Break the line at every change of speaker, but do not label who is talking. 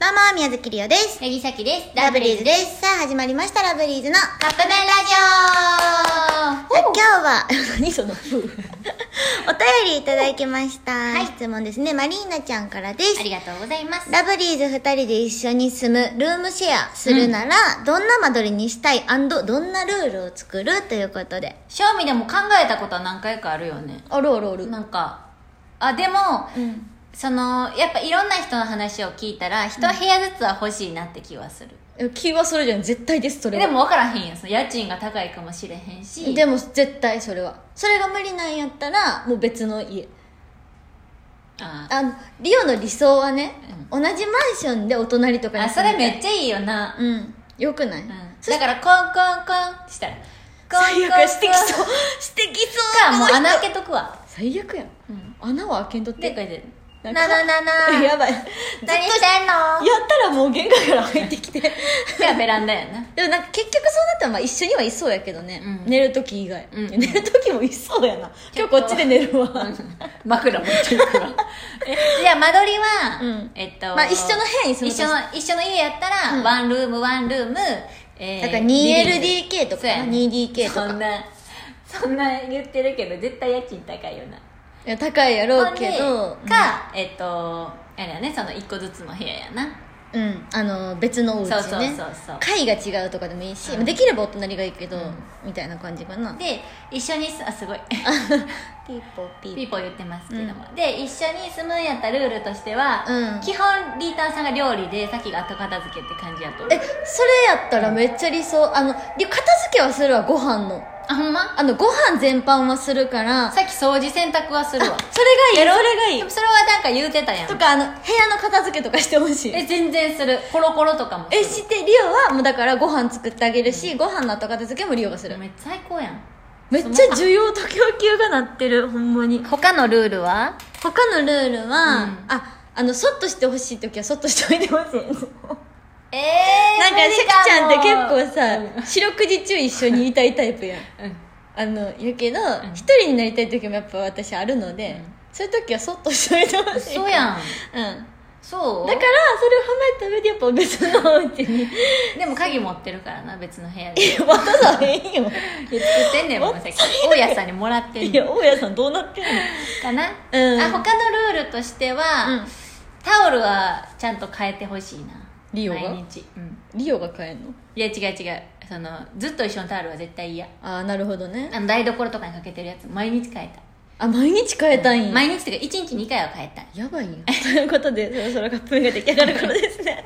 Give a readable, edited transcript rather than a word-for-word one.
どうも、宮崎りおです。
八木咲です。
ラブリーズです。さあ、始まりました、ラブリーズの
カップ麺ラジ
今日は、何その風お便りいただきました。
はい、
質問ですね。マリーナちゃんからです。
オ。ありがとうございます。
ラブリーズ2人で一緒に住むルームシェアするなら、どんな間取りにしたい&どんなルールを作るということで。
正味でも考えたことは何回かあるよね。
あるあるある。
なんか、でも、やっぱいろんな人の話を聞いたら、人は部屋ずつは欲しいなって気はする。
気はそれじゃん。絶対です、それは。
でも分からへんやん。家賃が高いかもしれへんし。
でも絶対それは。それが無理なんやったら、もう別の家。リオの理想はね、同じマンションでお隣とかに
それめっちゃいいよな。
よくない？
だからコンコンコンしたら
最悪してきそうしてきそう
か、もう穴開けとくわ。
最悪やん、穴は開けんとって
で書いてる。
な
やばい。何してんの？
やったらもう玄関から入ってきて
じゃあベランダやな。
でもなんか結局そうなったらまあ一緒にはいそうやけどね、寝る時以外、寝る時もいそうやな。今日こっちで寝るわ、
枕持ってるからじゃあ間取りは、
まあ一緒の部屋に住む
一緒の家やったら、ワンルームだから
2LDK とか 2DK とか
そんな言ってるけど絶対家賃高いよな。
いや高いやろうけど
あれやね、その1個ずつの部屋やな。
別のお家ね。
そう
階が違うとかでもいいし、できればお隣がいいけど、みたいな感じかな。
で一緒にすごい
ピーポーピー
ポー言ってますけども、で一緒に住むんやったルールとしては、基本リータンさんが料理でさっきが後片付けって感じやと。
それやったらめっちゃ理想。片付けはするわ、ご飯の。
ほんま？
ご飯全般はするから。
さっき掃除洗濯はするわ。
それがいい。
でもそれはなんか言うてたやん。
とか部屋の片付けとかしてほしい。
全然する。コロコロとかもする。
してリオはもうだからご飯作ってあげるし、ご飯の後片付けもリオがする。
めっちゃ最高やん。
めっちゃ需要と供給がなってる、ほんまに。
他のルールは
そっとしてほしい時はそっとしておいてほしいなんかシャキちゃんって結構さ、四六時中一緒にいたいタイプやん。やけど、一人になりたい時もやっぱ私あるので、そういう時はそっとしておいてほしい。
そうやん。そう
だからそれを踏まえた上でやっぱ別のお家に
でも鍵持ってるからな、別の部屋で。
渡さへんよ。
作ってんねんもん、さっき大家さんにもらってんねん。
いや、大家さんどうなってんの
かな。他のルールとしては、タオルはちゃんと変えてほしいな。
リオが？
毎日。
リオが変えんの？
いや違う、ずっと一緒のタオルは絶対嫌。
なるほどね。
台所とかにかけてるやつ毎日変えた。
毎日変えたいんや。
毎日というか1日2回は変えたい。
やばいよということで、そろそろカップ麺が出来上がる頃ですね